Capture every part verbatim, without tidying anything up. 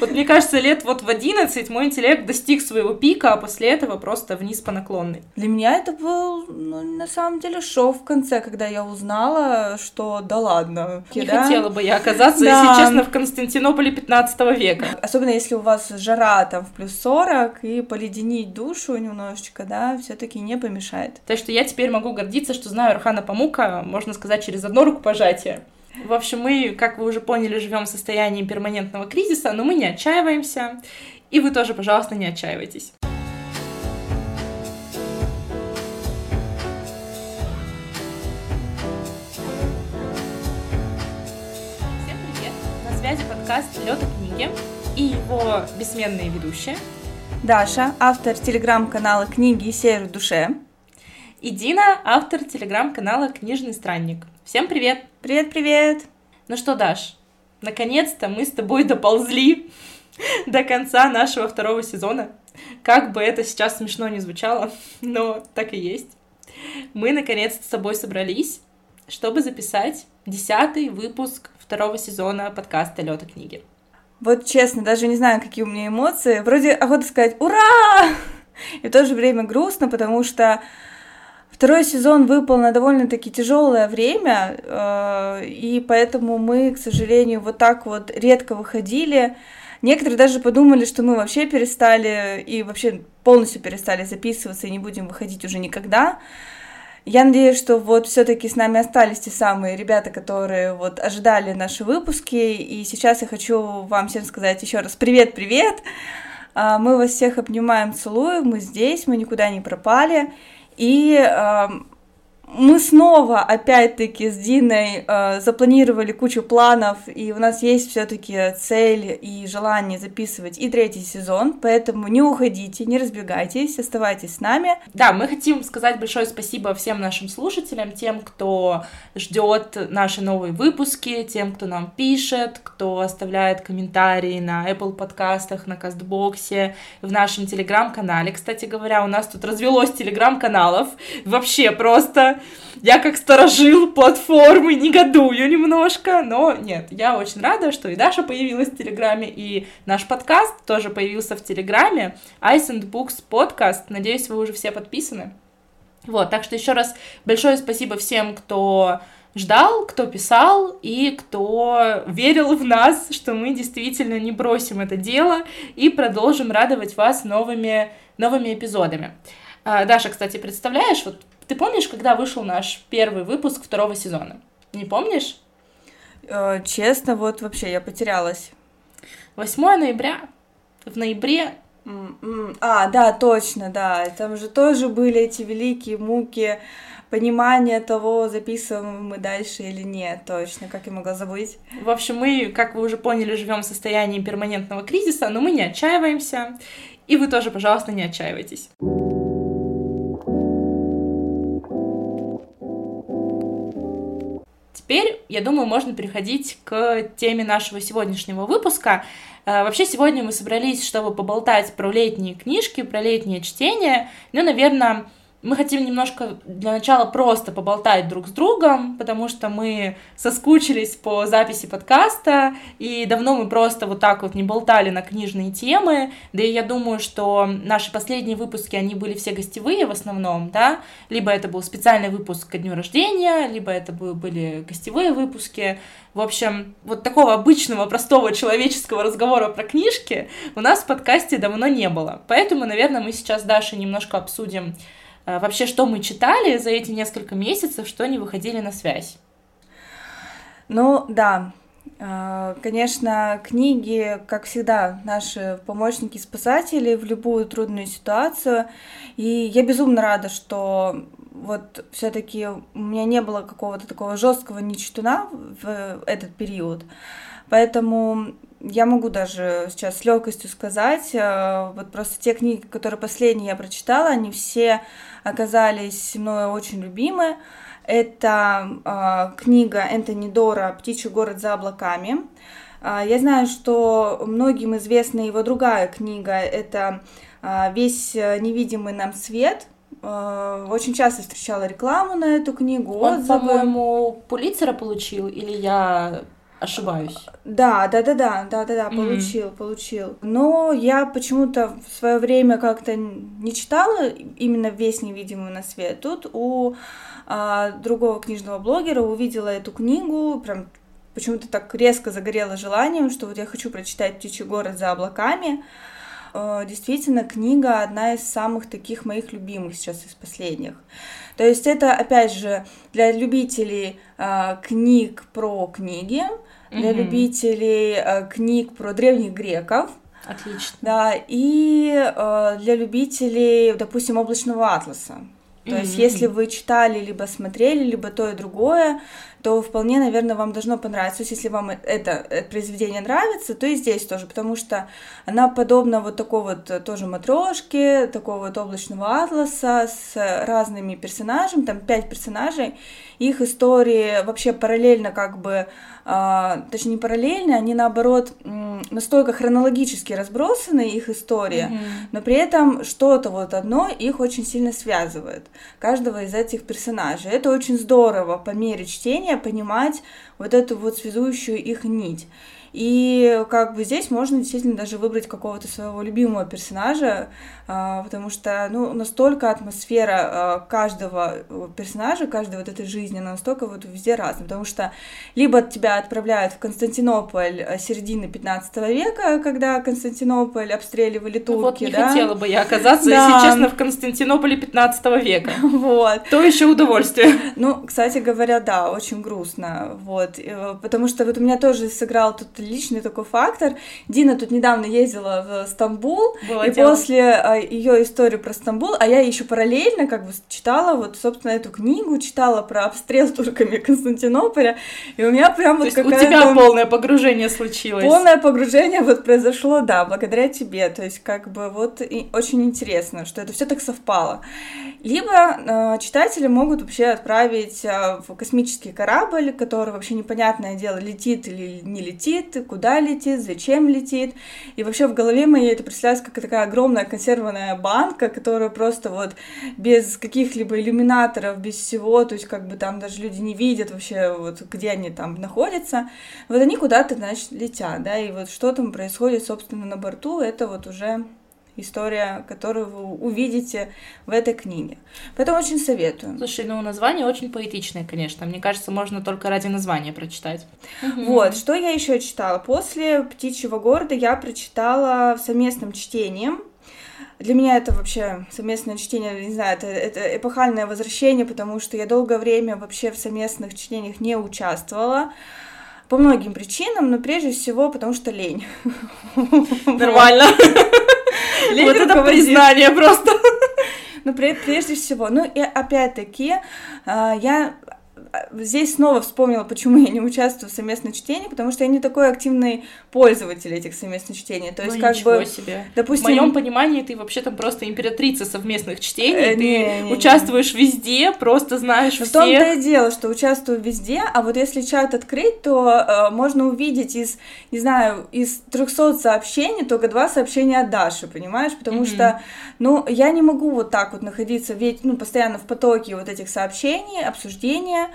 Вот мне кажется, лет вот в одиннадцать мой интеллект достиг своего пика, а после этого просто вниз по наклонной. Для меня это был, ну, на самом деле, шок в конце, когда я узнала, что да ладно. Не да? хотела бы я оказаться, да. если честно, в Константинополе пятнадцатого века. Особенно если у вас жара там в плюс сорок, и поледенить душу немножечко, да, все-таки не помешает. Так что я теперь могу гордиться, что знаю Орхана Памука, можно сказать, через одно рукопожатие. В общем, мы, как вы уже поняли, живем в состоянии перманентного кризиса, но мы не отчаиваемся, и вы тоже, пожалуйста, не отчаивайтесь. Всем привет! На связи подкаст «Лёд и книги» и его бессменные ведущие Даша, автор телеграм-канала «Книги и север в душе». И Дина, автор телеграм-канала «Книжный странник». Всем привет! Привет-привет! Ну что, Даш, наконец-то мы с тобой доползли до конца нашего второго сезона. Как бы это сейчас смешно не звучало, но так и есть. Мы наконец-то с тобой собрались, чтобы записать десятый выпуск второго сезона подкаста «Лёд и книги». Вот честно, даже не знаю, какие у меня эмоции. Вроде охота сказать «Ура!» и в то же время грустно, потому что второй сезон выпал на довольно-таки тяжелое время, и поэтому мы, к сожалению, вот так вот редко выходили. Некоторые даже подумали, что мы вообще перестали и вообще полностью перестали записываться и не будем выходить уже никогда. Я надеюсь, что вот все-таки с нами остались те самые ребята, которые вот ожидали наши выпуски, и сейчас я хочу вам всем сказать еще раз привет-привет. Мы вас всех обнимаем, целуем, мы здесь, мы никуда не пропали. И э, мы снова, опять-таки, с Диной э, запланировали кучу планов, и у нас есть все-таки цель и желание записывать и третий сезон, поэтому не уходите, не разбегайтесь, оставайтесь с нами. Да, мы хотим сказать большое спасибо всем нашим слушателям, тем, кто ждет наши новые выпуски, тем, кто нам пишет, кто оставляет комментарии на Apple подкастах, на Кастбоксе, в нашем телеграм-канале. Кстати говоря, у нас тут развелось телеграм-каналов, вообще просто... Я как сторожил платформы негодую немножко, но нет, я очень рада, что и Даша появилась в Телеграме, и наш подкаст тоже появился в Телеграме, Ice and Books подкаст, надеюсь, вы уже все подписаны. Вот, так что еще раз большое спасибо всем, кто ждал, кто писал и кто верил в нас, что мы действительно не бросим это дело и продолжим радовать вас новыми, новыми эпизодами. Даша, кстати, представляешь, вот ты помнишь, когда вышел наш первый выпуск второго сезона? Не помнишь? Э, честно, вот вообще я потерялась. восьмого ноября. В ноябре. Mm-hmm. А, да, точно, да. Там же тоже были эти великие муки понимания того, записываем мы дальше или нет. Точно, как я могла забыть. В общем, мы, как вы уже поняли, живем в состоянии перманентного кризиса, но мы не отчаиваемся. И вы тоже, пожалуйста, не отчаивайтесь. Теперь, я думаю, можно переходить к теме нашего сегодняшнего выпуска. Вообще, сегодня мы собрались, чтобы поболтать про летние книжки, про летнее чтение. Ну, наверное, мы хотим немножко для начала просто поболтать друг с другом, потому что мы соскучились по записи подкаста, и давно мы просто вот так вот не болтали на книжные темы, да и я думаю, что наши последние выпуски, они были все гостевые в основном, да, либо это был специальный выпуск ко дню рождения, либо это были гостевые выпуски. В общем, вот такого обычного, простого человеческого разговора про книжки у нас в подкасте давно не было, поэтому, наверное, мы сейчас с Дашей немножко обсудим вообще, что мы читали за эти несколько месяцев, что не выходили на связь. Ну, да, конечно, книги, как всегда, наши помощники-спасатели в любую трудную ситуацию. И я безумно рада, что вот все-таки у меня не было какого-то такого жесткого нечитуна в этот период. Поэтому я могу даже сейчас с легкостью сказать, вот просто те книги, которые последние я прочитала, они все оказались мною очень любимы. Это э, книга Энтони Дора «Птичий город за облаками». Э, я знаю, что многим известна его другая книга, это э, «Весь невидимый нам свет». Э, очень часто встречала рекламу на эту книгу, Он, отзывы. по-моему, Пулитцера получил, или я ошибаюсь? Да, да, да, да, да, да, да, получил, mm-hmm. получил. Но я почему-то в свое время как-то не читала именно весь «Невидимый на свет». Тут у а, другого книжного блогера увидела эту книгу, прям почему-то так резко загорела желанием, что вот я хочу прочитать «Птичий город за облаками». Действительно, книга одна из самых таких моих любимых сейчас из последних. То есть это, опять же, для любителей э, книг про книги, mm-hmm. для любителей э, книг про древних греков. Отлично. Да, и э, для любителей, допустим, «Облачного атласа». То mm-hmm. есть, если вы читали, либо смотрели, либо то и другое, то вполне, наверное, вам должно понравиться. То есть, если вам это произведение нравится, то и здесь тоже, потому что она подобна вот такой вот тоже матрешке, такого вот «Облачного атласа» с разными персонажами, там пять персонажей, их истории вообще параллельно как бы, а, точнее не параллельно, они наоборот настолько хронологически разбросаны, их истории, mm-hmm. но при этом что-то вот одно их очень сильно связывает, каждого из этих персонажей. Это очень здорово по мере чтения понимать вот эту вот связующую их нить. И как бы здесь можно действительно даже выбрать какого-то своего любимого персонажа, потому что, ну, настолько атмосфера каждого персонажа, каждой вот этой жизни, она настолько вот везде разная, потому что либо тебя отправляют в Константинополь середины пятнадцатого века, когда Константинополь обстреливали турки, ну, вот не да? хотела бы я оказаться, да. если честно, в Константинополе пятнадцатого века. Вот. То еще удовольствие. Ну, кстати говоря, да, очень грустно, вот, потому что вот у меня тоже сыграл тут личный такой фактор. Дина тут недавно ездила в Стамбул, Было и дело. после ее историю про Стамбул, а я еще параллельно как бы читала вот, собственно, эту книгу, читала про обстрел турками Константинополя, и у меня прям То вот какая-то... у тебя полное погружение случилось. Полное погружение вот произошло, да, благодаря тебе, то есть как бы вот и очень интересно, что это все так совпало. Либо э, читатели могут вообще отправить э, в космический корабль, который вообще непонятное дело, летит или не летит, куда летит, зачем летит. И вообще в голове моей это представляется как такая огромная консервная банка, которая просто вот без каких-либо иллюминаторов, без всего, то есть как бы там даже люди не видят вообще, вот где они там находятся. Вот они куда-то, значит, летят, да, и вот что там происходит, собственно, на борту, это вот уже... история, которую вы увидите в этой книге. Поэтому очень советую. Слушай, ну название очень поэтичное, конечно. Мне кажется, можно только ради названия прочитать. Вот, что я еще читала? После «Птичьего города» я прочитала совместным чтением. Для меня это вообще совместное чтение, не знаю, это, это эпохальное возвращение, потому что я долгое время вообще в совместных чтениях не участвовала. По многим причинам, но прежде всего потому что лень. Нормально. Вот это признание просто. Ну, прежде всего. Ну, и опять-таки, я здесь снова вспомнила, почему я не участвую в совместном чтении, потому что я не такой активный пользователь этих совместных чтений. То есть, ну, как ничего бы, себе. Допустим... В моем понимании ты вообще там просто императрица совместных чтений, э, ты не, не, участвуешь не. везде, просто знаешь всех. В том-то и дело, что участвую везде, а вот если чат открыть, то э, можно увидеть из, не знаю, из трехсот сообщений только два сообщения от Даши, понимаешь? Потому mm-hmm. что, ну, я не могу вот так вот находиться ведь, ну, постоянно в потоке вот этих сообщений, обсуждения.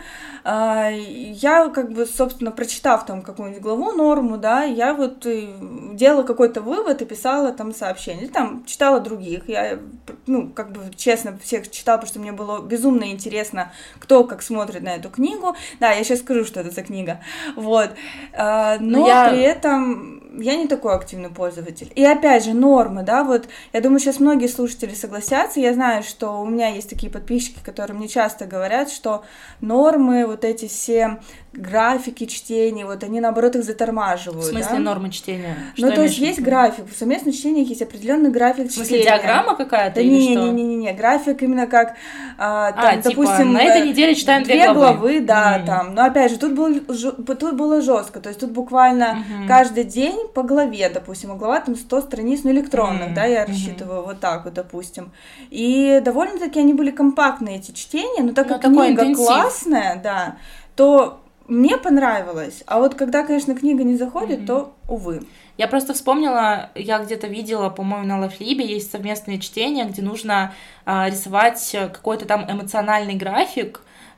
Я, как бы, собственно, прочитав там какую-нибудь главу, норму, да, я вот делала какой-то вывод и писала там сообщения. Или там читала других. Я, ну, как бы, честно, всех читала, потому что мне было безумно интересно, кто как смотрит на эту книгу. Да, я сейчас скажу, что это за книга. Вот. Но, Но я... при этом я не такой активный пользователь. И опять же, нормы, да, вот, я думаю, сейчас многие слушатели согласятся. Я знаю, что у меня есть такие подписчики, которые мне часто говорят, что нормы, вот эти все графики чтения, вот они, наоборот, их затормаживают. В смысле, да? нормы чтения? Что ну, то есть есть график, в совместных чтениях есть определенный график чтения. В смысле, чтения. Диаграмма какая-то да или не, что? Не-не-не, график именно как, а, там, а, допустим, типа, на этой неделе читаем две, две главы. главы, да, mm-hmm. там, но опять же, тут, был, тут было жестко, то есть тут буквально mm-hmm. каждый день по главе, допустим, а глава там сто страниц, ну, электронных, mm-hmm. да, я рассчитываю mm-hmm. вот так вот, допустим, и довольно-таки они были компактные, эти чтения, но так как но книга интенсив. Классная, да, то мне понравилось, а вот когда, конечно, книга не заходит, mm-hmm. то, увы. Я просто вспомнила, я где-то видела, по-моему, на Лайфлибе есть совместные чтения, где нужно а, рисовать какой-то там эмоциональный график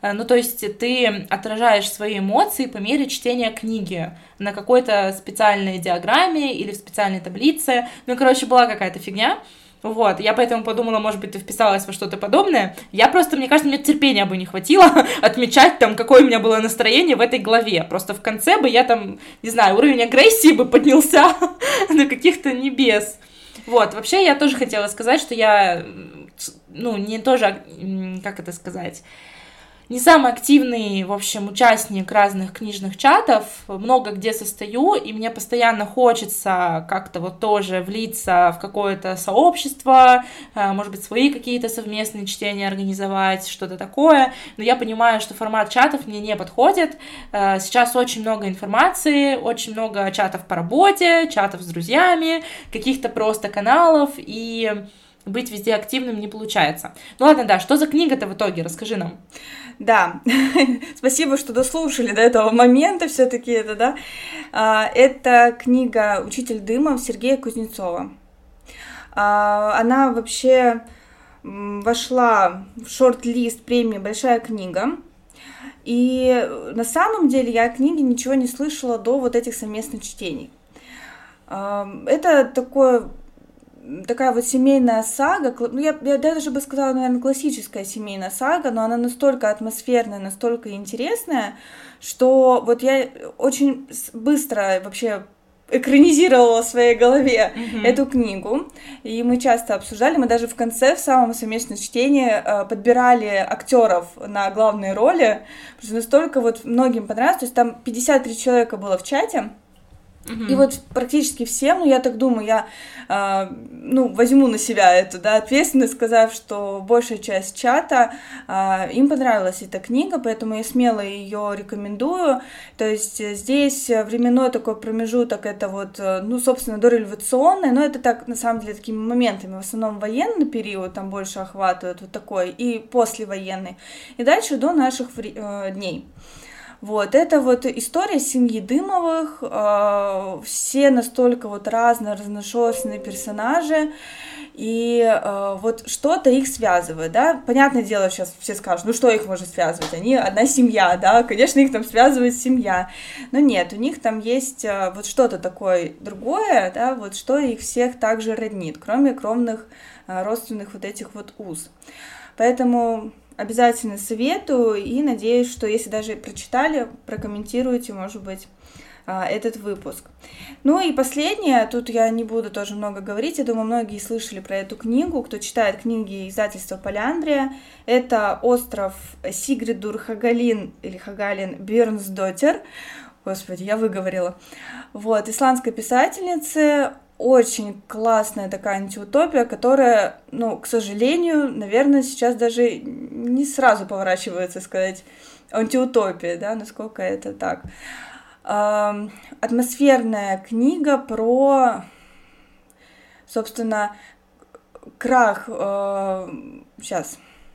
Ну, то есть ты отражаешь свои эмоции по мере чтения книги на какой-то специальной диаграмме или в специальной таблице. Ну, короче, была какая-то фигня. Вот, я поэтому подумала, может быть, ты вписалась во что-то подобное. Я просто, мне кажется, мне терпения бы не хватило отмечать там, какое у меня было настроение в этой главе. Просто в конце бы я там, не знаю, уровень агрессии бы поднялся до каких-то небес. Вот, вообще я тоже хотела сказать, что я, ну, не тоже, как это сказать... не самый активный, в общем, участник разных книжных чатов, много где состою, и мне постоянно хочется как-то вот тоже влиться в какое-то сообщество, может быть, свои какие-то совместные чтения организовать, что-то такое, но я понимаю, что формат чатов мне не подходит. Сейчас очень много информации, очень много чатов по работе, чатов с друзьями, каких-то просто каналов, и быть везде активным не получается. Ну ладно, да, что за книга-то в итоге? Расскажи нам. Да, спасибо, что дослушали до этого момента все-таки это, да. Это книга «Учитель дыма» Сергея Кузнецова. Она вообще вошла в шорт-лист премии «Большая книга». И на самом деле я о книге ничего не слышала до вот этих совместных чтений. Это такое... такая вот семейная сага, ну, я, я даже бы сказала, наверное, классическая семейная сага, но она настолько атмосферная, настолько интересная, что вот я очень быстро вообще экранизировала в своей голове mm-hmm. эту книгу, и мы часто обсуждали, мы даже в конце, в самом совместном чтении подбирали актеров на главные роли, потому что настолько вот многим понравилось, то есть там пятьдесят три человека было в чате, Uh-huh. И вот практически всем, ну, я так думаю, я, э, ну, возьму на себя эту, да, ответственность, сказав, что большая часть чата, э, им понравилась эта книга, поэтому я смело ее рекомендую. То есть здесь временной такой промежуток, это вот, ну, собственно, дореволюционный, но это так, на самом деле, такими моментами, в основном военный период там больше охватывает вот такой, и послевоенный, и дальше до наших э, дней. Вот, это вот история семьи Дымовых, э, все настолько вот разные, разношерстные персонажи, и э, вот что-то их связывает, да, понятное дело, сейчас все скажут, ну что их может связывать, они одна семья, да, конечно, их там связывает семья, но нет, у них там есть э, вот что-то такое другое, да, вот что их всех также роднит, кроме кровных э, родственных вот этих вот уз, поэтому... Обязательно советую и надеюсь, что если даже прочитали, прокомментируйте, может быть, этот выпуск. Ну и последнее, тут я не буду тоже много говорить, я думаю, многие слышали про эту книгу, кто читает книги издательства Поляндрия, это «Остров Сигридур Хагалин» или Хагалин Бьернсдоттер, господи, я выговорила, вот, исландской писательницы. Очень классная такая антиутопия, которая, ну, к сожалению, наверное, сейчас даже не сразу поворачивается сказать антиутопия, да, насколько это так. Эм, атмосферная книга про, собственно, крах, э, сейчас,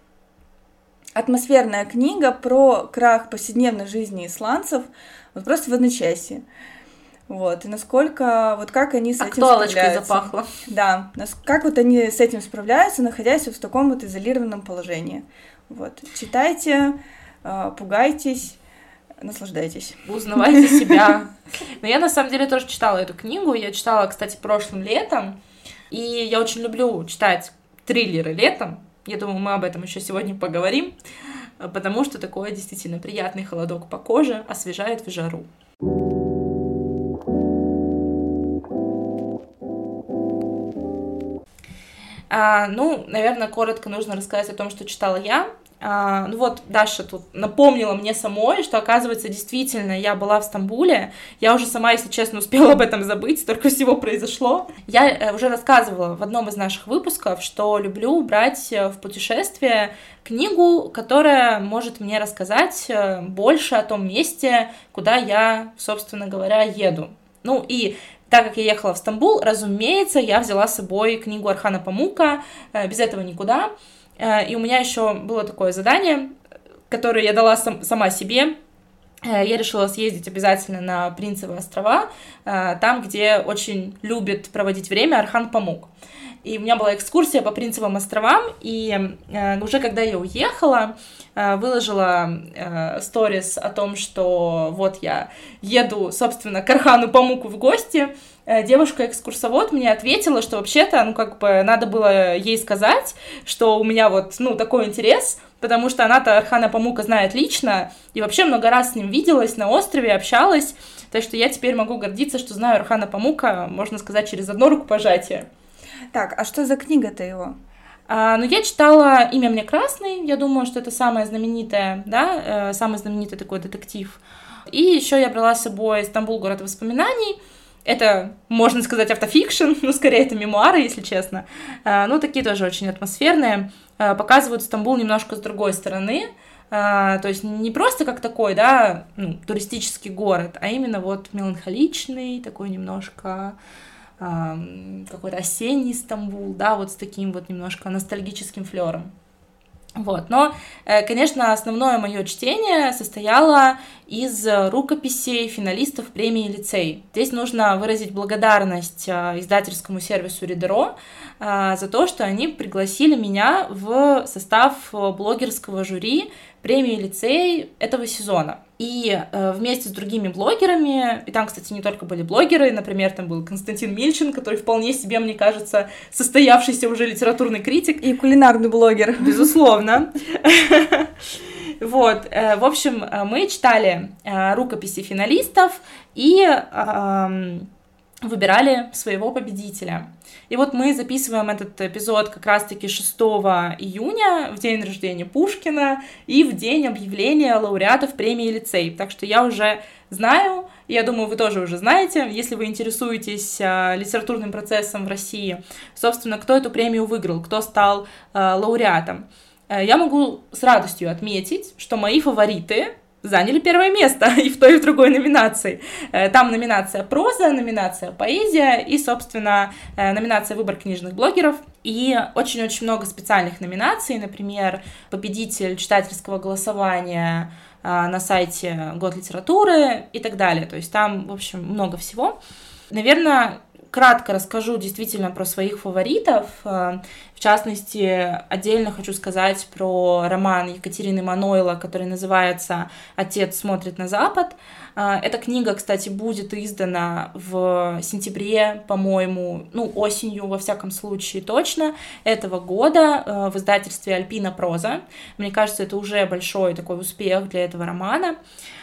атмосферная книга про крах повседневной жизни исландцев, вот просто в одночасье. Вот, и насколько, вот как они с этим справляются. Запахло. Да, как вот они с этим справляются, находясь в таком вот изолированном положении. Вот, читайте, пугайтесь, наслаждайтесь. Узнавайте себя. Но я, на самом деле, тоже читала эту книгу, я читала, кстати, прошлым летом, и я очень люблю читать триллеры летом, я думаю, мы об этом еще сегодня поговорим, потому что такой действительно приятный холодок по коже освежает в жару. А, ну, наверное, коротко нужно рассказать о том, что читала я. А, ну вот, Даша тут напомнила мне самой, что, оказывается, действительно, я была в Стамбуле. Я уже сама, если честно, успела об этом забыть, столько всего произошло. Я уже рассказывала в одном из наших выпусков, что люблю брать в путешествие книгу, которая может мне рассказать больше о том месте, куда я, собственно говоря, еду. Ну и... Так как я ехала в Стамбул, разумеется, я взяла с собой книгу Орхана Памука, без этого никуда. И у меня еще было такое задание, которое я дала сам, сама себе. Я решила съездить обязательно на Принцевы острова, там, где очень любит проводить время Орхан Памук. и у меня была экскурсия по Принцевым островам, и э, уже когда я уехала, э, выложила э, сторис о том, что вот я еду, собственно, к Орхану Памуку в гости. Э, девушка-экскурсовод мне ответила, что вообще-то, ну, как бы, надо было ей сказать, что у меня вот, ну, такой интерес, потому что она-то Орхана Памука знает лично, и вообще много раз с ним виделась на острове, общалась, так что я теперь могу гордиться, что знаю Орхана Памука, можно сказать, через одно рукопожатие. Так, а что за книга-то его? А, ну, я читала «Имя мне Красный», я думаю, что это самая знаменитая, да, э, самый знаменитый такой детектив. И еще я брала с собой «Стамбул. Город воспоминаний». Это, можно сказать, автофикшн, но скорее это мемуары, если честно. А, ну, такие тоже очень атмосферные. А, показывают Стамбул немножко с другой стороны. А, то есть не просто как такой, да, ну, туристический город, а именно вот меланхоличный, такой немножко... какой-то осенний Стамбул, да, вот с таким вот немножко ностальгическим флером. Вот, но, конечно, основное мое чтение состояло из рукописей финалистов премии «Лицей». Здесь нужно выразить благодарность издательскому сервису Ридеро за то, что они пригласили меня в состав блогерского жюри премии «Лицей» этого сезона. И э, вместе с другими блогерами, и там, кстати, не только были блогеры, например, там был Константин Мильчин, который вполне себе, мне кажется, состоявшийся уже литературный критик. И кулинарный блогер. Безусловно. Вот, в общем, мы читали рукописи финалистов и выбирали своего победителя. И вот мы записываем этот эпизод как раз-таки шестого июня, в день рождения Пушкина и в день объявления лауреатов премии «Лицей». Так что я уже знаю, я думаю, вы тоже уже знаете, если вы интересуетесь а, литературным процессом в России, собственно, кто эту премию выиграл, кто стал а, лауреатом. Я могу с радостью отметить, что мои фавориты заняли первое место и в той, и в другой номинации. Там номинация проза, номинация поэзия и, собственно, номинация выбор книжных блогеров. И очень-очень много специальных номинаций, например, победитель читательского голосования на сайте Год литературы и так далее. То есть там, в общем, много всего. Наверное, кратко расскажу действительно про своих фаворитов. В частности, отдельно хочу сказать про роман Екатерины Манойло, который называется «Отец смотрит на Запад». Эта книга, кстати, будет издана в сентябре, по-моему, ну, осенью, во всяком случае, точно, этого года в издательстве «Альпина Проза». Мне кажется, это уже большой такой успех для этого романа.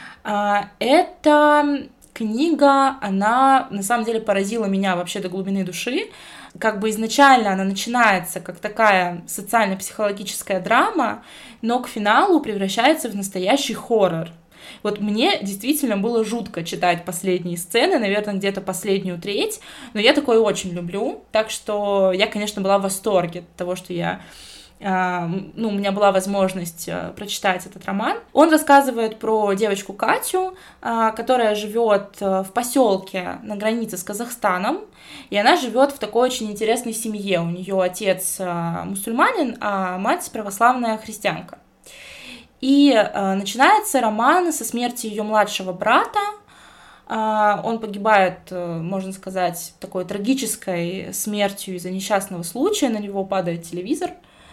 Это... Книга, она на самом деле поразила меня вообще до глубины души. Как бы изначально она начинается как такая социально-психологическая драма, но к финалу превращается в настоящий хоррор. Вот мне действительно было жутко читать последние сцены, наверное, где-то последнюю треть, но я такое очень люблю, так что я, конечно, была в восторге от того, что я... ну, у меня была возможность прочитать этот роман. Он рассказывает про девочку Катю, которая живет в поселке на границе с Казахстаном, и она живет в такой очень интересной семье. У нее отец мусульманин, а мать православная христианка. И начинается роман со смерти ее младшего брата. Он погибает, можно сказать, такой трагической смертью из-за несчастного случая, на него падает телевизор.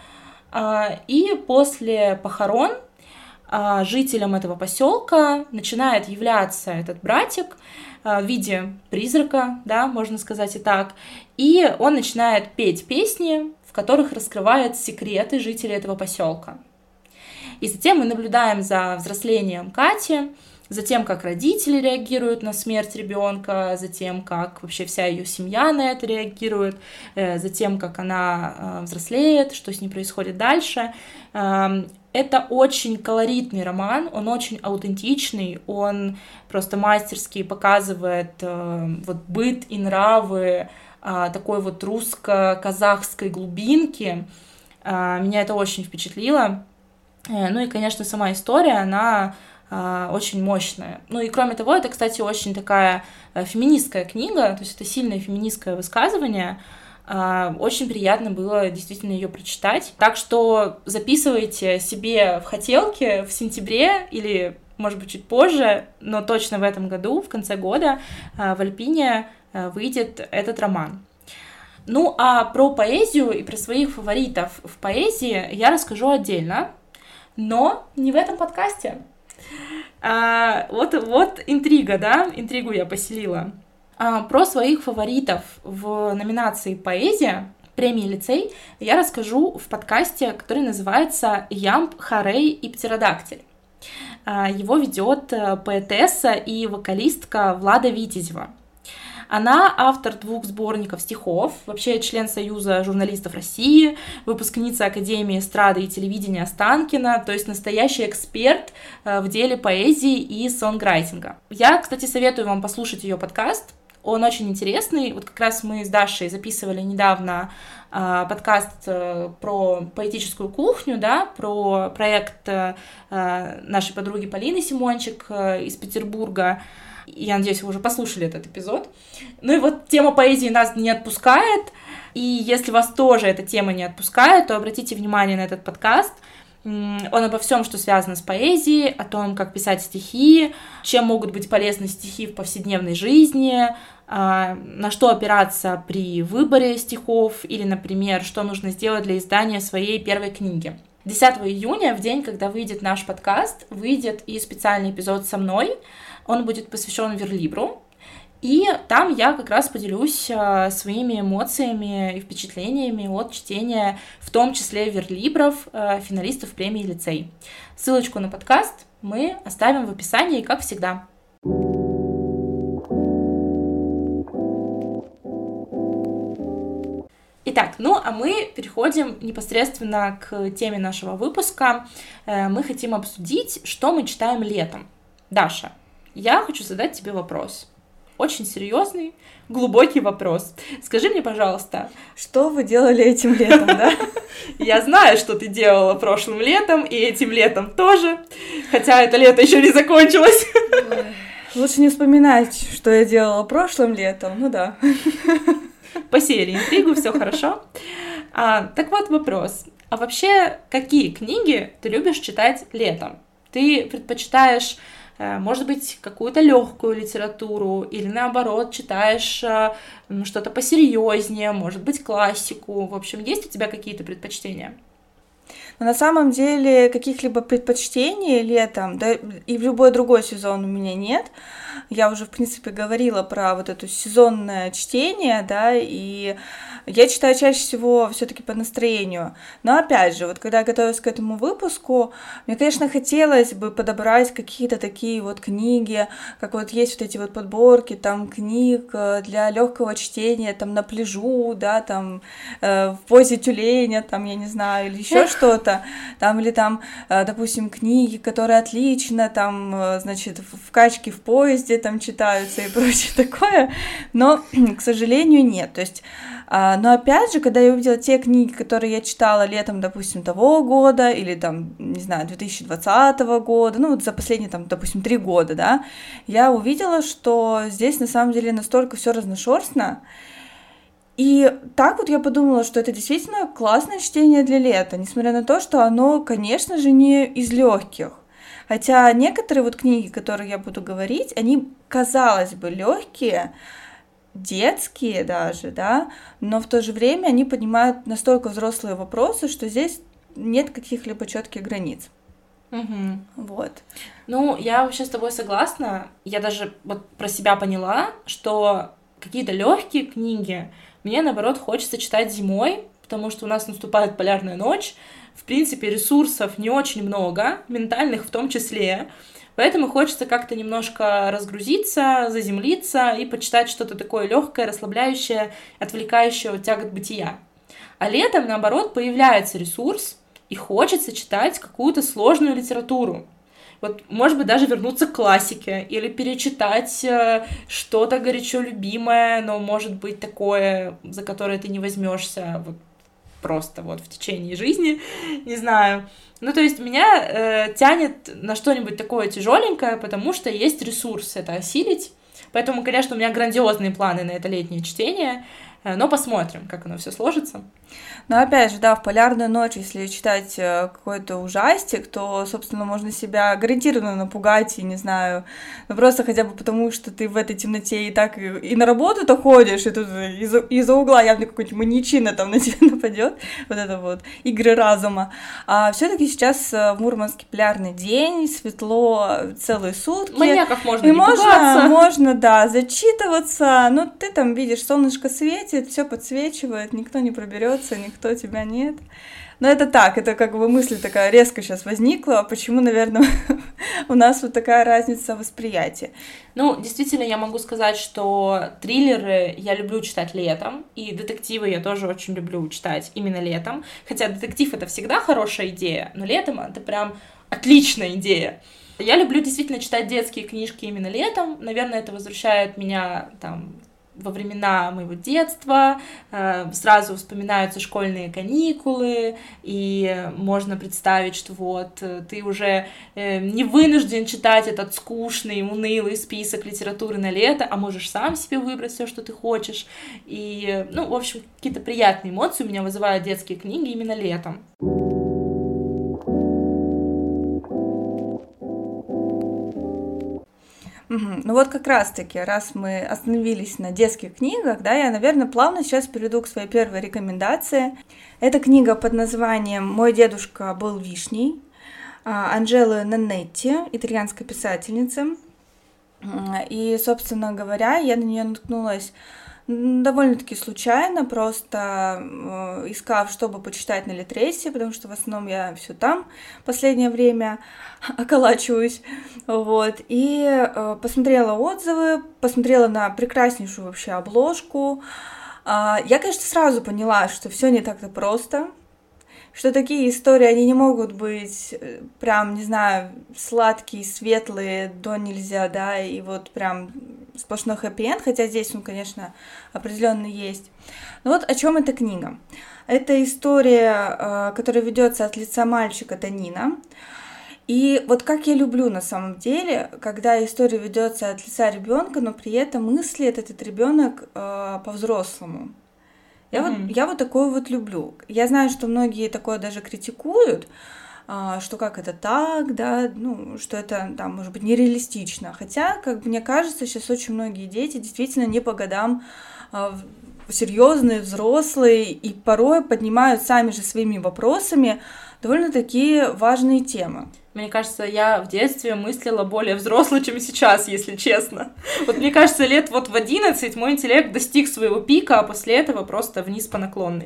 И после похорон жителям этого поселка начинает являться этот братик в виде призрака, да, можно сказать и так, и он начинает петь песни, в которых раскрывает секреты жителей этого поселка. И затем мы наблюдаем за взрослением Кати, за тем, как родители реагируют на смерть ребенка, за тем, как вообще вся ее семья на это реагирует, за тем, как она взрослеет, что с ней происходит дальше. Это очень колоритный роман, он очень аутентичный, он просто мастерски показывает вот быт и нравы такой вот русско-казахской глубинки. Меня это очень впечатлило. Ну и, конечно, сама история, она очень мощная. Ну и кроме того, это, кстати, очень такая феминистская книга, то есть это сильное феминистское высказывание. Очень приятно было действительно ее прочитать. Так что записывайте себе в хотелки в сентябре или, может быть, чуть позже, но точно в этом году, в конце года, в Альпине выйдет этот роман. Ну, а про поэзию и про своих фаворитов в поэзии я расскажу отдельно, но не в этом подкасте. А, вот, вот интрига, да, интригу я поселила. А, про своих фаворитов в номинации «Поэзия» премии «Лицей» я расскажу в подкасте, который называется «Ямб, Хорей и Птеродактиль». А, его ведет поэтесса и вокалистка Влада Витязева. Она автор двух сборников стихов, вообще член Союза журналистов России, выпускница Академии эстрады и телевидения Останкино, то есть настоящий эксперт в деле поэзии и сонграйтинга. Я, кстати, советую вам послушать ее подкаст, он очень интересный. Вот как раз мы с Дашей записывали недавно подкаст про поэтическую кухню, да, про проект нашей подруги Полины Симончик из Петербурга. Я надеюсь, вы уже послушали этот эпизод. Ну и вот тема поэзии нас не отпускает, и если вас тоже эта тема не отпускает, то обратите внимание на этот подкаст. Он обо всем, что связано с поэзией, о том, как писать стихи, чем могут быть полезны стихи в повседневной жизни, на что опираться при выборе стихов, или, например, что нужно сделать для издания своей первой книги. десятого июня, в день, когда выйдет наш подкаст, выйдет и специальный эпизод со мной. Он будет посвящен Верлибру, и там я как раз поделюсь своими эмоциями и впечатлениями от чтения, в том числе Верлибров, финалистов премии «Лицей». Ссылочку на подкаст мы оставим в описании, как всегда. Итак, ну а мы переходим непосредственно к теме нашего выпуска. Мы хотим обсудить, что мы читаем летом. Даша, я хочу задать тебе вопрос. Очень серьезный, глубокий вопрос. Скажи мне, пожалуйста... Что вы делали этим летом, да? Я знаю, что ты делала прошлым летом, и этим летом тоже, хотя это лето еще не закончилось. Лучше не вспоминать, что я делала прошлым летом, ну да. Посеяли интригу, все хорошо. А, так вот вопрос. А вообще, какие книги ты любишь читать летом? Ты предпочитаешь... может быть, какую-то легкую литературу, или наоборот, читаешь что-то посерьезнее, может быть, классику. В общем, есть у тебя какие-то предпочтения? Но на самом деле каких-либо предпочтений летом, да и в любой другой сезон у меня нет. Я уже, в принципе, говорила про вот это сезонное чтение, да, и я читаю чаще всего все-таки по настроению. Но опять же, вот когда я готовилась к этому выпуску, мне, конечно, хотелось бы подобрать какие-то такие вот книги, как вот есть вот эти вот подборки там книг для легкого чтения, там на пляжу, да, там э, в позе тюленя, там, я не знаю, или еще что-то, там, или там, э, допустим, книги, которые отлично, там, э, значит, в качке в поезде там читаются и прочее такое, но, к сожалению, нет, то есть но опять же, когда я увидела те книги, которые я читала летом, допустим, того года, или там, не знаю, две тысячи двадцатого года, ну вот за последние, там, допустим, три года, да, я увидела, что здесь на самом деле настолько все разношерстно, и так вот я подумала, что это действительно классное чтение для лета, несмотря на то, что оно, конечно же, не из легких. Хотя некоторые вот книги, которые я буду говорить, они, казалось бы, легкие, детские даже, да, но в то же время они поднимают настолько взрослые вопросы, что здесь нет каких-либо четких границ. Угу. Вот. Ну, я вообще с тобой согласна. Я даже вот про себя поняла, что какие-то легкие книги мне, наоборот, хочется читать зимой, потому что у нас наступает полярная ночь, в принципе, ресурсов не очень много, ментальных в том числе, поэтому хочется как-то немножко разгрузиться, заземлиться и почитать что-то такое легкое, расслабляющее, отвлекающее от тягот бытия. А летом, наоборот, появляется ресурс, и хочется читать какую-то сложную литературу. Вот, может быть, даже вернуться к классике или перечитать что-то горячо любимое, но, может быть, такое, за которое ты не возьмешься вот просто вот в течение жизни, не знаю. Ну, то есть меня э, тянет на что-нибудь такое тяжеленькое, потому что есть ресурс это осилить. Поэтому, конечно, у меня грандиозные планы на это летнее чтение. но посмотрим, как оно все сложится. Но опять же, да, в «Полярную ночь», если читать какой-то ужастик, то, собственно, можно себя гарантированно напугать, и, не знаю, ну просто хотя бы потому, что ты в этой темноте и так и, и на работу-то ходишь, и тут из- из-за угла явно какой-нибудь маньячина там на тебя нападет, вот это вот, игры разума. А все таки сейчас в Мурманске полярный день, светло целые сутки. Маньяков можно и не можно, пугаться. можно, да, зачитываться, ну ты там видишь, солнышко светит, все подсвечивает, никто не проберется, никто тебя нет. Но это так, это как бы мысль такая резко сейчас возникла, почему, наверное, у нас вот такая разница восприятия. Ну, действительно, я могу сказать, что триллеры я люблю читать летом, и детективы я тоже очень люблю читать именно летом, хотя детектив — это всегда хорошая идея, но летом это прям отличная идея. Я люблю действительно читать детские книжки именно летом, наверное, это возвращает меня там во времена моего детства, сразу вспоминаются школьные каникулы, и можно представить, что вот ты уже не вынужден читать этот скучный, унылый список литературы на лето, а можешь сам себе выбрать все, что ты хочешь. И, ну, в общем, какие-то приятные эмоции у меня вызывают детские книги именно летом. Угу. Ну вот как раз-таки, раз мы остановились на детских книгах, да, я, наверное, плавно сейчас перейду к своей первой рекомендации. Это книга под названием «Мой дедушка был вишней» Анджелы Нанетти, итальянской писательницы. И, собственно говоря, я на нее наткнулась довольно-таки случайно, просто э, искав, чтобы почитать на Литресе, потому что в основном я все там в последнее время околачиваюсь, вот, и э, посмотрела отзывы, посмотрела на прекраснейшую вообще обложку. Э, я, конечно, сразу поняла, что все не так-то просто, что такие истории, они не могут быть прям, не знаю, сладкие, светлые, до нельзя, да, и вот прям сплошной хэппи-энд, хотя здесь он, конечно, определенно есть. Но вот о чем эта книга. Это история, которая ведется от лица мальчика Танина. И вот как я люблю на самом деле, когда история ведется от лица ребенка, но при этом мыслит этот ребенок по-взрослому. Я, mm-hmm. вот, я вот такое вот люблю. Я знаю, что многие такое даже критикуют, что как это так, да, ну, что это, там, может быть, нереалистично. Хотя, как мне кажется, сейчас очень многие дети действительно не по годам серьезные, взрослые, и порой поднимают сами же своими вопросами довольно-таки важные темы. Мне кажется, я в детстве мыслила более взросло, чем сейчас, если честно. Вот мне кажется, лет вот в одиннадцать мой интеллект достиг своего пика, а после этого просто вниз по наклонной.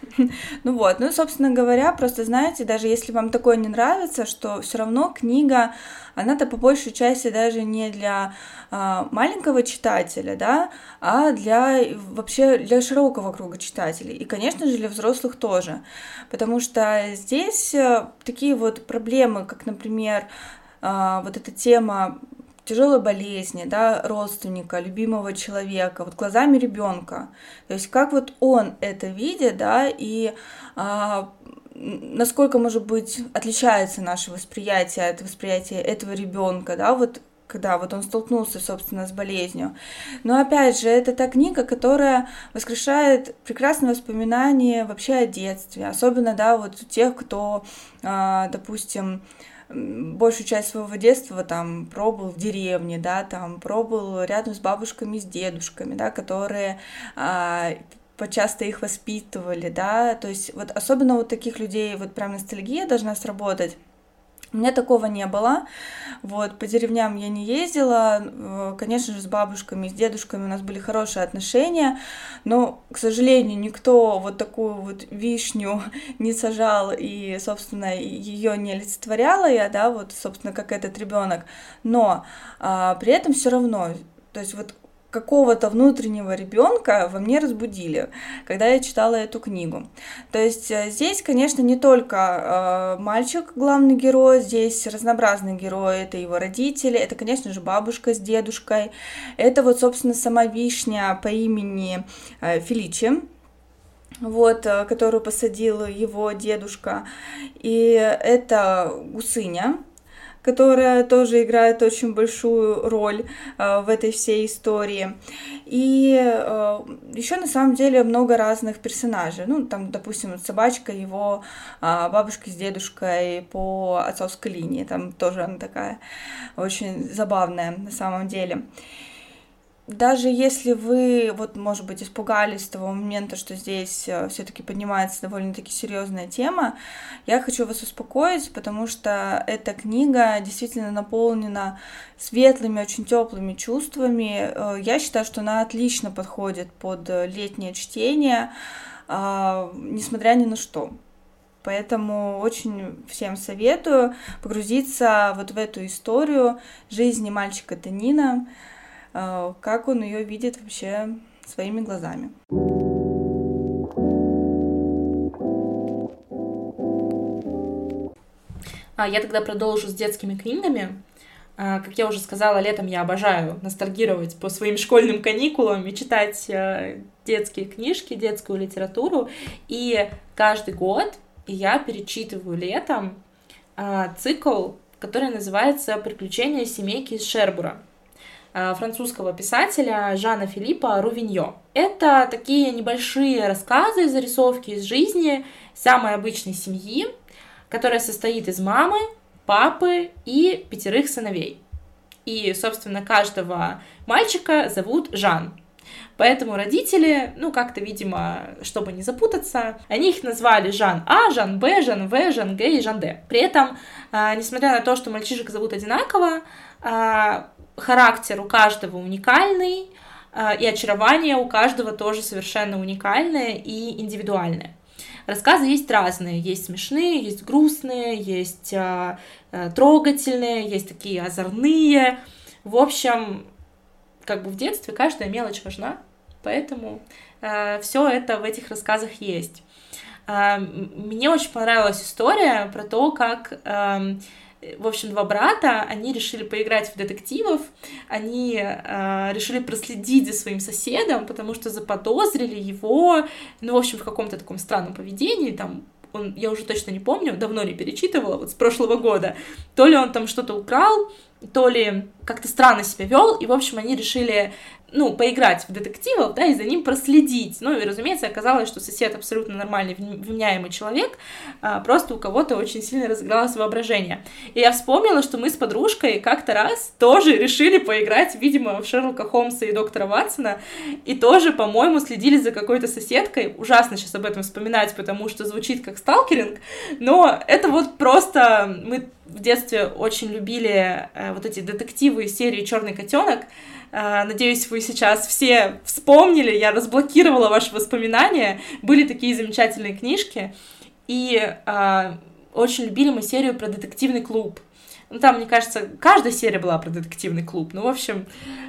Ну вот, ну, собственно говоря, просто знаете, даже если вам такое не нравится, что все равно книга, она-то по большей части даже не для а, маленького читателя, да, а для вообще для широкого круга читателей. И, конечно же, для взрослых тоже. Потому что здесь такие вот проблемы, как, например, а, вот эта тема тяжелой болезни, да, родственника, любимого человека, вот глазами ребенка. То есть как вот он это видит, да, и а, насколько, может быть, отличается наше восприятие от восприятия этого ребенка, да, вот когда вот он столкнулся, собственно, с болезнью. Но опять же, это та книга, которая воскрешает прекрасные воспоминания вообще о детстве, особенно, да, вот у тех, кто, а, допустим, большую часть своего детства там пробыл в деревне, да, там пробыл рядом с бабушками, с дедушками, да, которые а, часто их воспитывали, да, то есть вот особенно вот таких людей вот прям ностальгия должна сработать. У меня такого не было, вот, по деревням я не ездила, конечно же, с бабушками, с дедушками у нас были хорошие отношения, но, к сожалению, никто вот такую вот вишню не сажал и, собственно, ее не олицетворяла я, да, вот, собственно, как этот ребенок, но а, при этом все равно, то есть вот какого-то внутреннего ребенка во мне разбудили, когда я читала эту книгу. То есть здесь, конечно, не только э, мальчик главный герой, здесь разнообразный герой, это его родители, это, конечно же, бабушка с дедушкой, это вот, собственно, сама вишня по имени э, Феличи, вот, которую посадил его дедушка, и это гусыня, которая тоже играет очень большую роль э, в этой всей истории. И э, еще на самом деле много разных персонажей. Ну, там, допустим, собачка, его э, бабушка с дедушкой по отцовской линии. Там тоже она такая очень забавная на самом деле. Даже если вы, вот, может быть, испугались того момента, что здесь все-таки поднимается довольно-таки серьезная тема, я хочу вас успокоить, потому что эта книга действительно наполнена светлыми, очень теплыми чувствами. Я считаю, что она отлично подходит под летнее чтение, несмотря ни на что. Поэтому очень всем советую погрузиться вот в эту историю жизни мальчика Танина, как он ее видит вообще своими глазами. Я тогда продолжу с детскими книгами. Как я уже сказала, летом я обожаю ностальгировать по своим школьным каникулам и читать детские книжки, детскую литературу. И каждый год я перечитываю летом цикл, который называется «Приключения семейки из Шербура» французского писателя Жана Филиппа Рувиньо. Это такие небольшие рассказы, зарисовки из жизни самой обычной семьи, которая состоит из мамы, папы и пятерых сыновей. И, собственно, каждого мальчика зовут Жан. Поэтому родители, ну, как-то, видимо, чтобы не запутаться, они их назвали Жан А, Жан Б, Жан В, Жан Г и Жан Д. При этом, несмотря на то, что мальчишек зовут одинаково, характер у каждого уникальный, и очарование у каждого тоже совершенно уникальное и индивидуальное. Рассказы есть разные, есть смешные, есть грустные, есть э, трогательные, есть такие озорные. В общем, как бы в детстве каждая мелочь важна, поэтому э, все это в этих рассказах есть. Э, мне очень понравилась история про то, как... Э, В общем, два брата, они решили поиграть в детективов, они э, решили проследить за своим соседом, потому что заподозрили его, ну, в общем, в каком-то таком странном поведении, там, он, я уже точно не помню, давно не перечитывала, вот с прошлого года, то ли он там что-то украл, то ли как-то странно себя вел, и, в общем, они решили, ну, поиграть в детективов, да, и за ним проследить. Ну, и, разумеется, оказалось, что сосед абсолютно нормальный, вменяемый человек, а, просто у кого-то очень сильно разыгралось воображение. И я вспомнила, что мы с подружкой как-то раз тоже решили поиграть, видимо, в Шерлока Холмса и доктора Ватсона, и тоже, по-моему, следили за какой-то соседкой. Ужасно сейчас об этом вспоминать, потому что звучит как сталкеринг, но это вот просто... Мы в детстве очень любили э, вот эти детективы из серии «Черный котенок». Э, надеюсь, вы сейчас все вспомнили, я разблокировала ваши воспоминания. Были такие замечательные книжки. И э, очень любили мы серию про детективный клуб. Ну, там, мне кажется, каждая серия была про детективный клуб. Ну, в общем,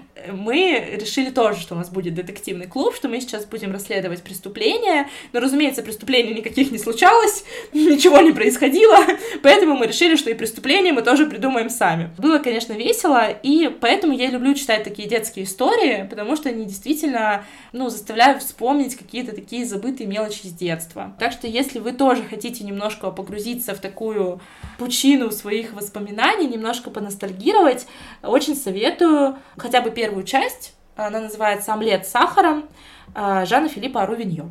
мы решили тоже, что у нас будет детективный клуб, что мы сейчас будем расследовать преступления. Но, разумеется, преступлений никаких не случалось, ничего не происходило, поэтому мы решили, что и преступления мы тоже придумаем сами. Было, конечно, весело, и поэтому я люблю читать такие детские истории, потому что они действительно, ну, заставляют вспомнить какие-то такие забытые мелочи с детства. Так что, если вы тоже хотите немножко погрузиться в такую пучину своих воспоминаний, немножко поностальгировать, очень советую хотя бы первую часть. Она называется «Омлет с сахаром» Жана Филиппа Рувиньо.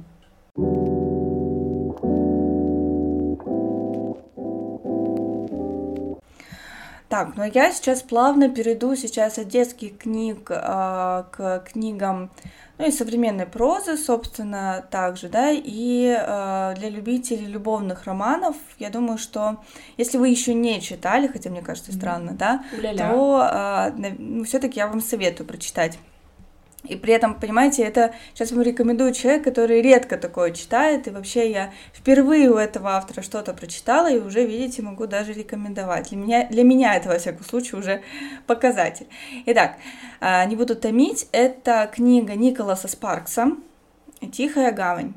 Так, ну я сейчас плавно перейду сейчас от детских книг э, к книгам, ну и современной прозы, собственно, также, да, и э, для любителей любовных романов, я думаю, что если вы еще не читали, хотя мне кажется странно, да, У-ля-ля. то э, ну, все-таки я вам советую прочитать. И при этом, понимаете, это сейчас вам рекомендую человек, который редко такое читает, и вообще я впервые у этого автора что-то прочитала, и уже, видите, могу даже рекомендовать. Для меня, для меня это, во всяком случае, уже показатель. Итак, не буду томить, это книга Николаса Спаркса «Тихая гавань».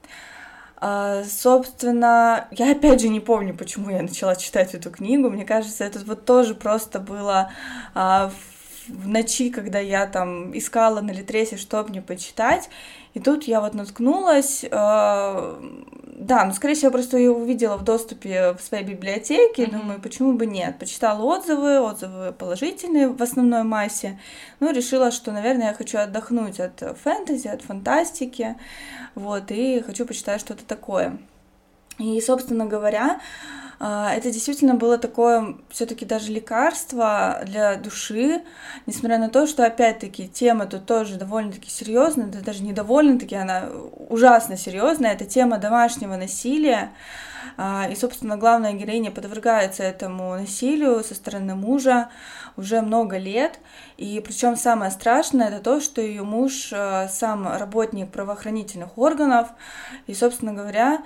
Собственно, я опять же не помню, почему я начала читать эту книгу, мне кажется, это вот тоже просто было в в ночи, когда я там искала на Литресе, что мне почитать, и тут я вот наткнулась, э, да, ну, скорее всего, я просто ее увидела в доступе в своей библиотеке, mm-hmm. думаю, почему бы нет. Почитала отзывы, отзывы положительные в основной массе, ну, решила, что, наверное, я хочу отдохнуть от фэнтези, от фантастики, вот, и хочу почитать что-то такое. И, собственно говоря, это действительно было такое все-таки даже лекарство для души, несмотря на то, что, опять-таки, тема тут тоже довольно-таки серьезная, да даже не довольно-таки, она ужасно серьезная, это тема домашнего насилия, и, собственно, главная героиня подвергается этому насилию со стороны мужа уже много лет, и причем самое страшное это то, что ее муж сам работник правоохранительных органов, и, собственно говоря,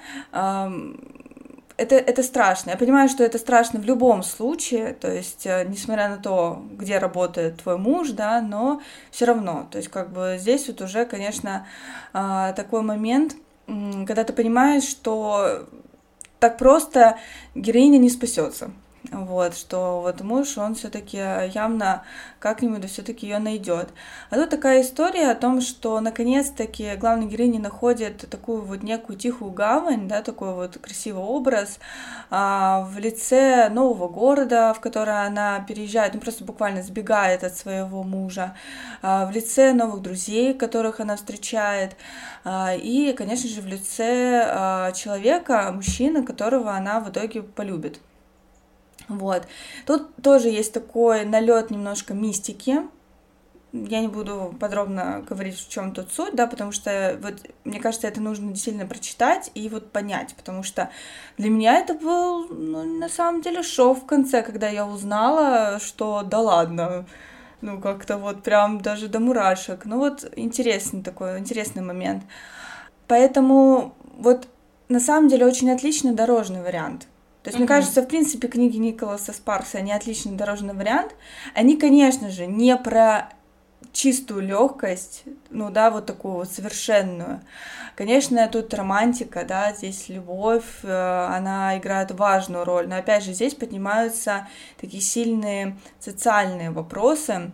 Это, это страшно. Я понимаю, что это страшно в любом случае, то есть, несмотря на то, где работает твой муж, да, но все равно, то есть, как бы здесь вот уже, конечно, такой момент, когда ты понимаешь, что так просто героиня не спасется. Вот, что вот муж, он все-таки явно как-нибудь все-таки ее найдет. А тут такая история о том, что наконец-таки главная героиня находит такую вот некую тихую гавань, да, такой вот красивый образ а, в лице нового города, в который она переезжает, ну просто буквально сбегает от своего мужа, а, в лице новых друзей, которых она встречает, а, и, конечно же, в лице а, человека, мужчины, которого она в итоге полюбит. Вот. Тут тоже есть такой налет немножко мистики. Я не буду подробно говорить, в чем тут суть, да, потому что вот, мне кажется, это нужно действительно прочитать и вот понять, потому что для меня это был, ну, на самом деле, шок в конце, когда я узнала, что да ладно, ну, как-то вот прям даже до мурашек. Ну, вот интересный такой, интересный момент. Поэтому вот на самом деле очень отличный дорожный вариант. То есть, mm-hmm. мне кажется, в принципе, книги Николаса Спаркса, они отличный дорожный вариант. Они, конечно же, не про чистую легкость, ну да, вот такую вот совершенную. Конечно, тут романтика, да, здесь любовь, она играет важную роль. Но опять же, здесь поднимаются такие сильные социальные вопросы.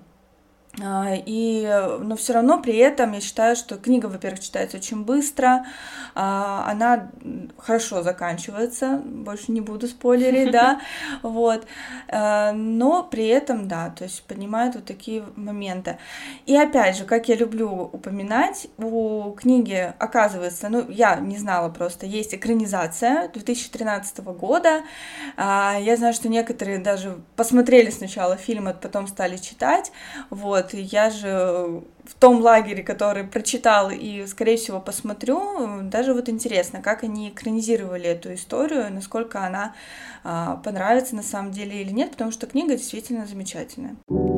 И, но все равно при этом я считаю, что книга, во-первых, читается очень быстро, она хорошо заканчивается, больше не буду спойлерить, да, вот, но при этом, да, то есть поднимает вот такие моменты. И опять же, как я люблю упоминать, у книги, оказывается, ну, я не знала просто, есть экранизация две тысячи тринадцатого года, я знаю, что некоторые даже посмотрели сначала фильм, а потом стали читать, вот, я же в том лагере, который прочитал и, скорее всего, посмотрю, даже вот интересно, как они экранизировали эту историю, насколько она а, понравится на самом деле или нет, потому что книга действительно замечательная.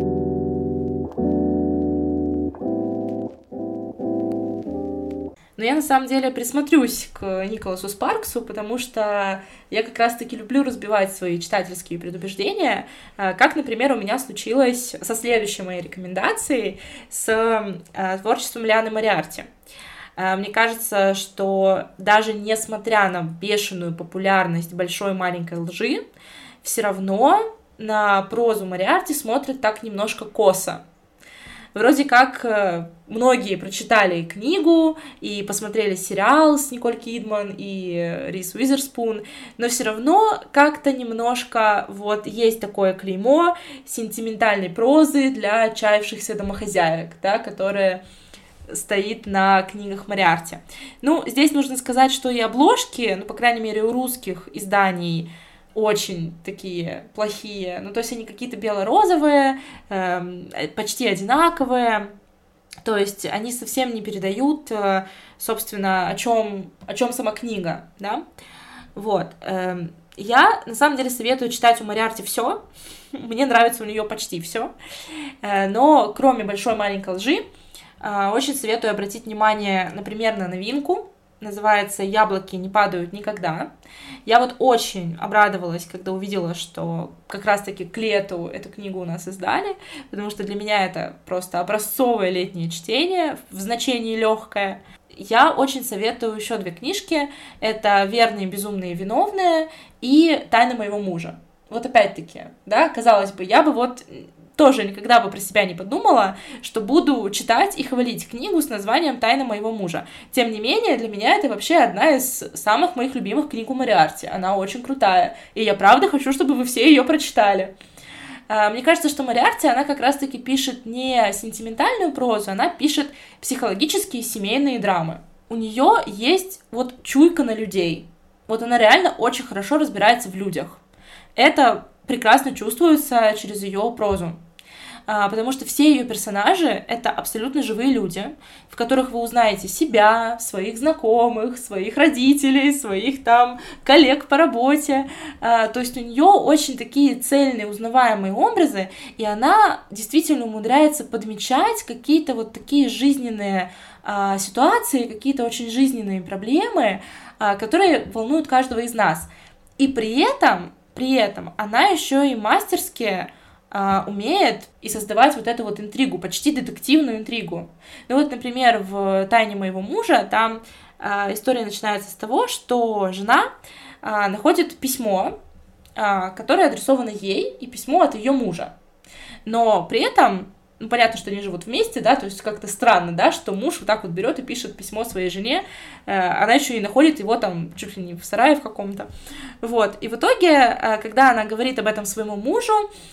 Но я на самом деле присмотрюсь к Николасу Спарксу, потому что я как раз-таки люблю разбивать свои читательские предубеждения, как, например, у меня случилось со следующей моей рекомендацией, с творчеством Лианы Мориарти. Мне кажется, что даже несмотря на бешеную популярность большой маленькой лжи, все равно на прозу Мориарти смотрят так немножко косо. Вроде как многие прочитали книгу и посмотрели сериал с Николь Кидман и Риз Уизерспун, но все равно как-то немножко вот есть такое клеймо сентиментальной прозы для отчаявшихся домохозяек, да, которая стоит на книгах Мориарти. Ну, здесь нужно сказать, что и обложки, ну, по крайней мере, у русских изданий, очень такие плохие, ну, то есть они какие-то бело-розовые, э, почти одинаковые, то есть они совсем не передают, э, собственно, о чем, о чем сама книга, да, вот. Э, я, на самом деле, советую читать у Мориарти все, мне нравится у нее почти все, э, но кроме большой маленькой лжи, э, очень советую обратить внимание, например, на новинку, называется «Яблоки не падают никогда». Я вот очень обрадовалась, когда увидела, что как раз-таки к лету эту книгу у нас издали, потому что для меня это просто образцовое летнее чтение, в значении легкое. Я очень советую еще две книжки. Это «Верные, безумные, виновные» и «Тайна моего мужа». Вот опять-таки, да, казалось бы, я бы вот тоже никогда бы про себя не подумала, что буду читать и хвалить книгу с названием «Тайна моего мужа». Тем не менее, для меня это вообще одна из самых моих любимых книг у Мориарти. Она очень крутая, и я правда хочу, чтобы вы все ее прочитали. Мне кажется, что Мориарти, она как раз-таки пишет не сентиментальную прозу, она пишет психологические семейные драмы. У нее есть вот чуйка на людей. Вот она реально очень хорошо разбирается в людях. Это прекрасно чувствуется через ее прозу. Потому что все ее персонажи — это абсолютно живые люди, в которых вы узнаете себя, своих знакомых, своих родителей, своих там коллег по работе. То есть у нее очень такие цельные, узнаваемые образы, и она действительно умудряется подмечать какие-то вот такие жизненные ситуации, какие-то очень жизненные проблемы, которые волнуют каждого из нас. И при этом, при этом она еще и мастерски умеет и создавать вот эту вот интригу, почти детективную интригу. Ну вот, например, в «Тайне моего мужа» там а, история начинается с того, что жена а, находит письмо, а, которое адресовано ей, и письмо от ее мужа. Но при этом, ну, понятно, что они живут вместе, да, то есть как-то странно, да, что муж вот так вот берет и пишет письмо своей жене, а, она еще и находит его там чуть ли не в сарае в каком-то. Вот, и в итоге, а, когда она говорит об этом своему мужу,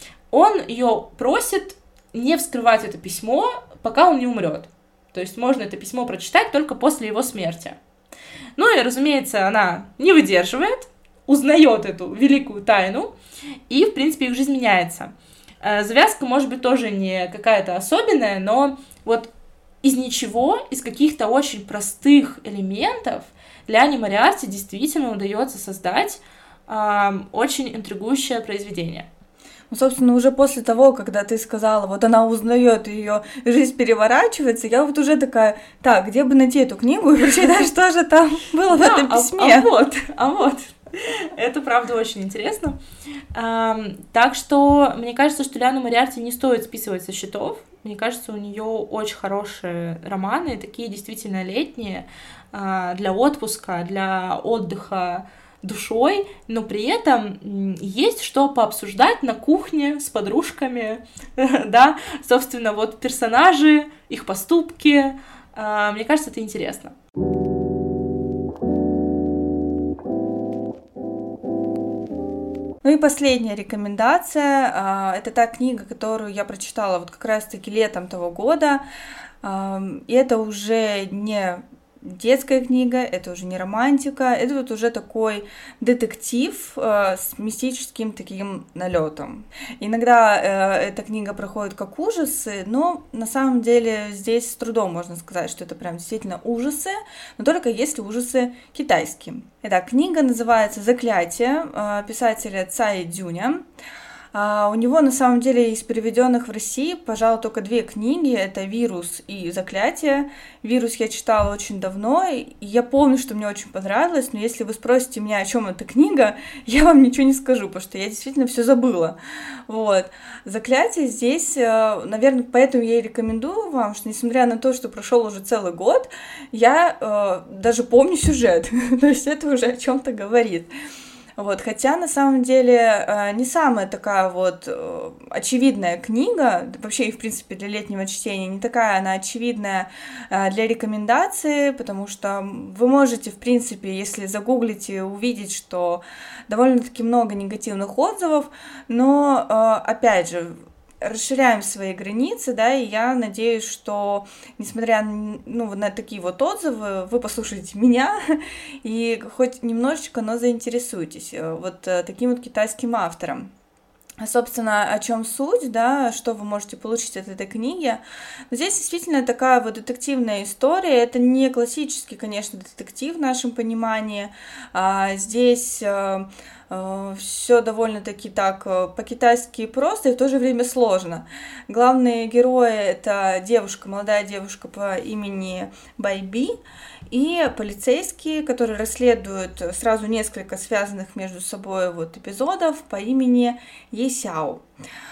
он ее просит не вскрывать это письмо, пока он не умрет. То есть можно это письмо прочитать только после его смерти. Ну и, разумеется, она не выдерживает, узнает эту великую тайну, и, в принципе, их жизнь меняется. Завязка, может быть, тоже не какая-то особенная, но вот из ничего, из каких-то очень простых элементов Лиане Мориарти действительно удается создать э, очень интригующее произведение. Ну, собственно, уже после того, когда ты сказала, вот она узнает, ее жизнь переворачивается, я вот уже такая, так, где бы найти эту книгу и прочитать, что же там было в этом письме. А вот, а вот. Это, правда, очень интересно. Так что, мне кажется, что Лиану Мориарти не стоит списывать со счетов. Мне кажется, у нее очень хорошие романы, такие действительно летние, для отпуска, для отдыха душой, но при этом есть что пообсуждать на кухне с подружками, да, собственно, вот персонажи, их поступки, мне кажется, это интересно. Ну и последняя рекомендация, это та книга, которую я прочитала вот как раз-таки летом того года, и это уже не детская книга, это уже не романтика, это вот уже такой детектив э, с мистическим таким налетом. Иногда э, эта книга проходит как ужасы, но на самом деле здесь с трудом можно сказать, что это прям действительно ужасы, но только если ужасы китайские. Итак, книга называется «Заклятие» э, писателя Цай Дюня. Uh, у него, на самом деле, из переведенных в России, пожалуй, только две книги. Это «Вирус» и «Заклятие». «Вирус» я читала очень давно, и я помню, что мне очень понравилось, но если вы спросите меня, о чем эта книга, я вам ничего не скажу, потому что я действительно все забыла. Вот. «Заклятие» здесь, наверное, поэтому я и рекомендую вам, что, несмотря на то, что прошел уже целый год, я э, даже помню сюжет, то есть это уже о чем-то говорит. Вот, хотя на самом деле не самая такая вот очевидная книга, вообще и в принципе для летнего чтения, не такая она очевидная для рекомендации, потому что вы можете в принципе, если загуглите, увидеть, что довольно-таки много негативных отзывов, но опять же, расширяем свои границы, да, и я надеюсь, что, несмотря на, ну, на такие вот отзывы, вы послушаете меня и хоть немножечко, но заинтересуетесь вот таким вот китайским автором. Собственно, о чем суть, да, что вы можете получить от этой книги. Но здесь действительно такая вот детективная история. Это не классический, конечно, детектив в нашем понимании. А здесь а, а, все довольно-таки так по-китайски просто и в то же время сложно. Главные герои — это девушка, молодая девушка по имени Байби, и полицейские, которые расследуют сразу несколько связанных между собой вот эпизодов по имени Есяо.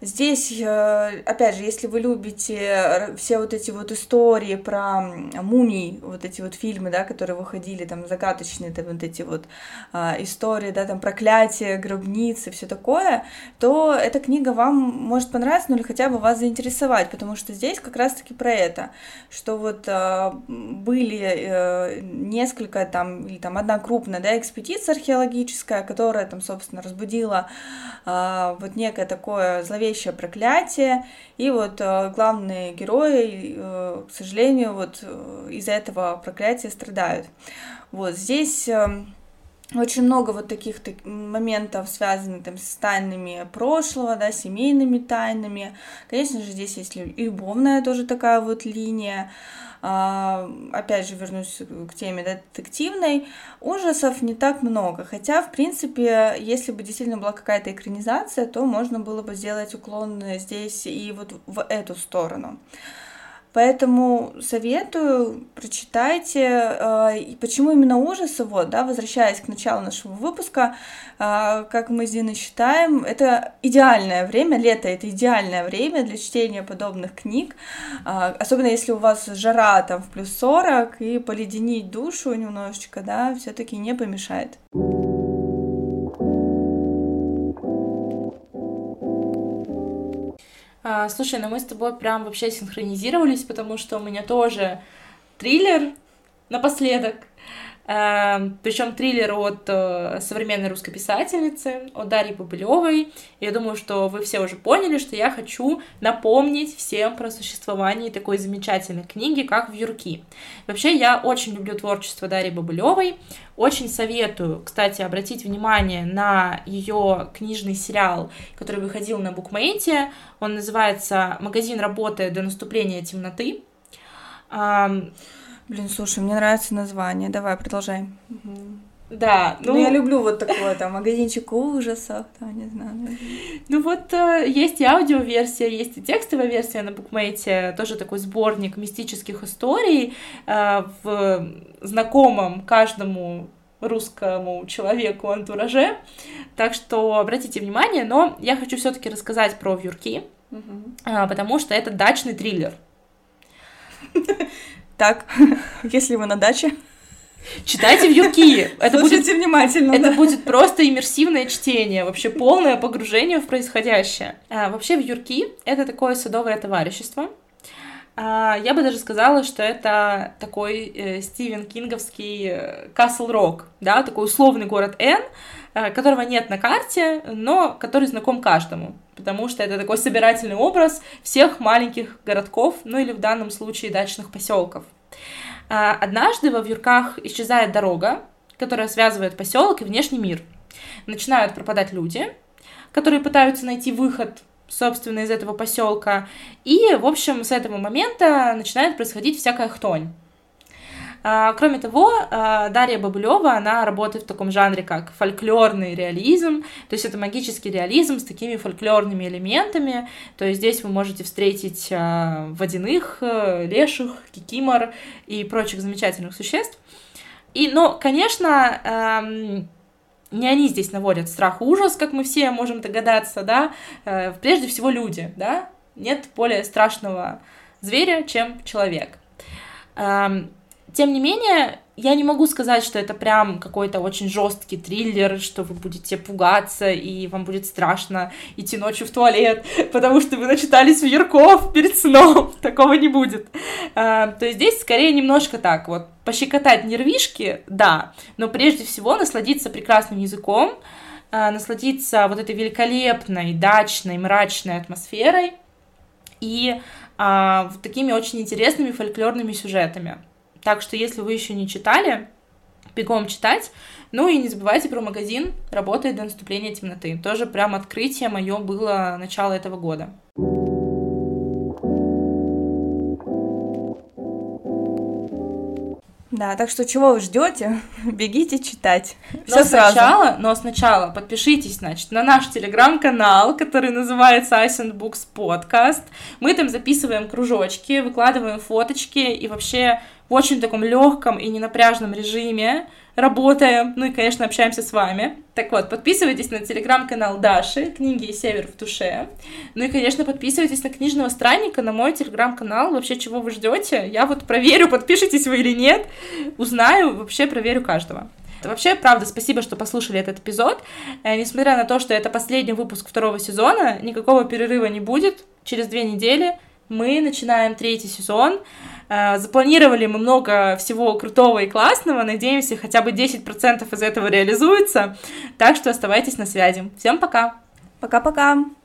Здесь, опять же, если вы любите все вот эти вот истории про мумий, вот эти вот фильмы, да, которые выходили, там, загадочные, там, вот эти вот а, истории, да, там, проклятия, гробницы, все такое, то эта книга вам может понравиться, ну, или хотя бы вас заинтересовать, потому что здесь как раз-таки про это, что вот а, были а, несколько, там, или там одна крупная, да, экспедиция археологическая, которая, там, собственно, разбудила а, вот некое такое зловещее проклятие, и вот э, главные герои, э, к сожалению, вот э, из-за этого проклятия страдают. Вот здесь э, очень много вот таких так, моментов, связанных там с тайнами прошлого, да, семейными тайнами. Конечно же, здесь есть любовная тоже такая вот линия. Uh, опять же, вернусь к теме, да, детективной, ужасов не так много, хотя, в принципе, если бы действительно была какая-то экранизация, то можно было бы сделать уклон здесь и вот в эту сторону. Поэтому советую, прочитайте. Почему именно ужасы? Вот, да, возвращаясь к началу нашего выпуска, как мы с Диной считаем, это идеальное время, лето — это идеальное время для чтения подобных книг, особенно если у вас жара там в плюс сорок, и поледенить душу немножечко, да, все-таки не помешает. А, слушай, ну мы с тобой прям вообще синхронизировались, потому что у меня тоже триллер напоследок. А, причем триллер от а, современной русской писательницы, от Дарьи Бобылевой. Я думаю, что вы все уже поняли, что я хочу напомнить всем про существование такой замечательной книги, как «Вьюрки». Вообще, я очень люблю творчество Дарьи Бобылевой. Очень советую, кстати, обратить внимание на ее книжный сериал, который выходил на Букмейте. Он называется «Магазин работает до наступления темноты». Блин, слушай, мне нравится название. Давай, продолжай. Угу. Да. Ну, ну, я люблю вот такое, там, магазинчик ужасов, там, не знаю. Ну, вот э, есть и аудиоверсия, есть и текстовая версия на Букмейте, тоже такой сборник мистических историй э, в знакомом каждому русскому человеку антураже. Так что обратите внимание, но я хочу все-таки рассказать про «Вьюрки», угу. э, потому что это дачный триллер. Так, если вы на даче, читайте «Вьюрки». Это слушайте будет, внимательно. Это да. будет просто иммерсивное чтение, вообще полное погружение в происходящее. А, вообще «Вьюрки» — это такое садовое товарищество. А, я бы даже сказала, что это такой э, Стивен Кинговский Касл-Рок, да, такой условный город Н, э, которого нет на карте, но который знаком каждому, потому что это такой собирательный образ всех маленьких городков, ну или в данном случае дачных поселков. Однажды во Вьюрках исчезает дорога, которая связывает поселок и внешний мир. Начинают пропадать люди, которые пытаются найти выход, собственно, из этого поселка. И, в общем, с этого момента начинает происходить всякая хтонь. Кроме того, Дарья Бобылева, она работает в таком жанре, как фольклорный реализм, то есть это магический реализм с такими фольклорными элементами, то есть здесь вы можете встретить водяных, леших, кикимор и прочих замечательных существ. И, но, конечно, не они здесь наводят страх и ужас, как мы все можем догадаться, да, прежде всего люди, да, нет более страшного зверя, чем человек. Тем не менее, я не могу сказать, что это прям какой-то очень жесткий триллер, что вы будете пугаться и вам будет страшно идти ночью в туалет, потому что вы начитались Вьюрков перед сном. Такого не будет. А, то есть здесь скорее немножко так вот, пощекотать нервишки, да, но прежде всего насладиться прекрасным языком, а, насладиться вот этой великолепной, дачной, мрачной атмосферой и а, такими очень интересными фольклорными сюжетами. Так что, если вы еще не читали, бегом читать. Ну и не забывайте про магазин «Работает до наступления темноты». Тоже прям открытие мое было начало этого года. Да, так что чего вы ждете? Бегите читать. Все сначала, но сначала подпишитесь, значит, на наш телеграм-канал, который называется Ice and Books Podcast. Мы там записываем кружочки, выкладываем фоточки и вообще в очень таком легком и ненапряжном режиме работаем, ну и, конечно, общаемся с вами. Так вот, подписывайтесь на телеграм-канал Даши, книги «Север в душе». Ну и, конечно, подписывайтесь на Книжного странника, на мой телеграм-канал. Вообще, чего вы ждете? Я вот проверю, подпишитесь вы или нет. Узнаю, вообще проверю каждого. Вообще, правда, спасибо, что послушали этот эпизод. Э, несмотря на то, что это последний выпуск второго сезона, никакого перерыва не будет. Через две недели мы начинаем третий сезон. Э, запланировали мы много всего крутого и классного. Надеемся, хотя бы десять процентов из этого реализуется. Так что оставайтесь на связи. Всем пока! Пока-пока!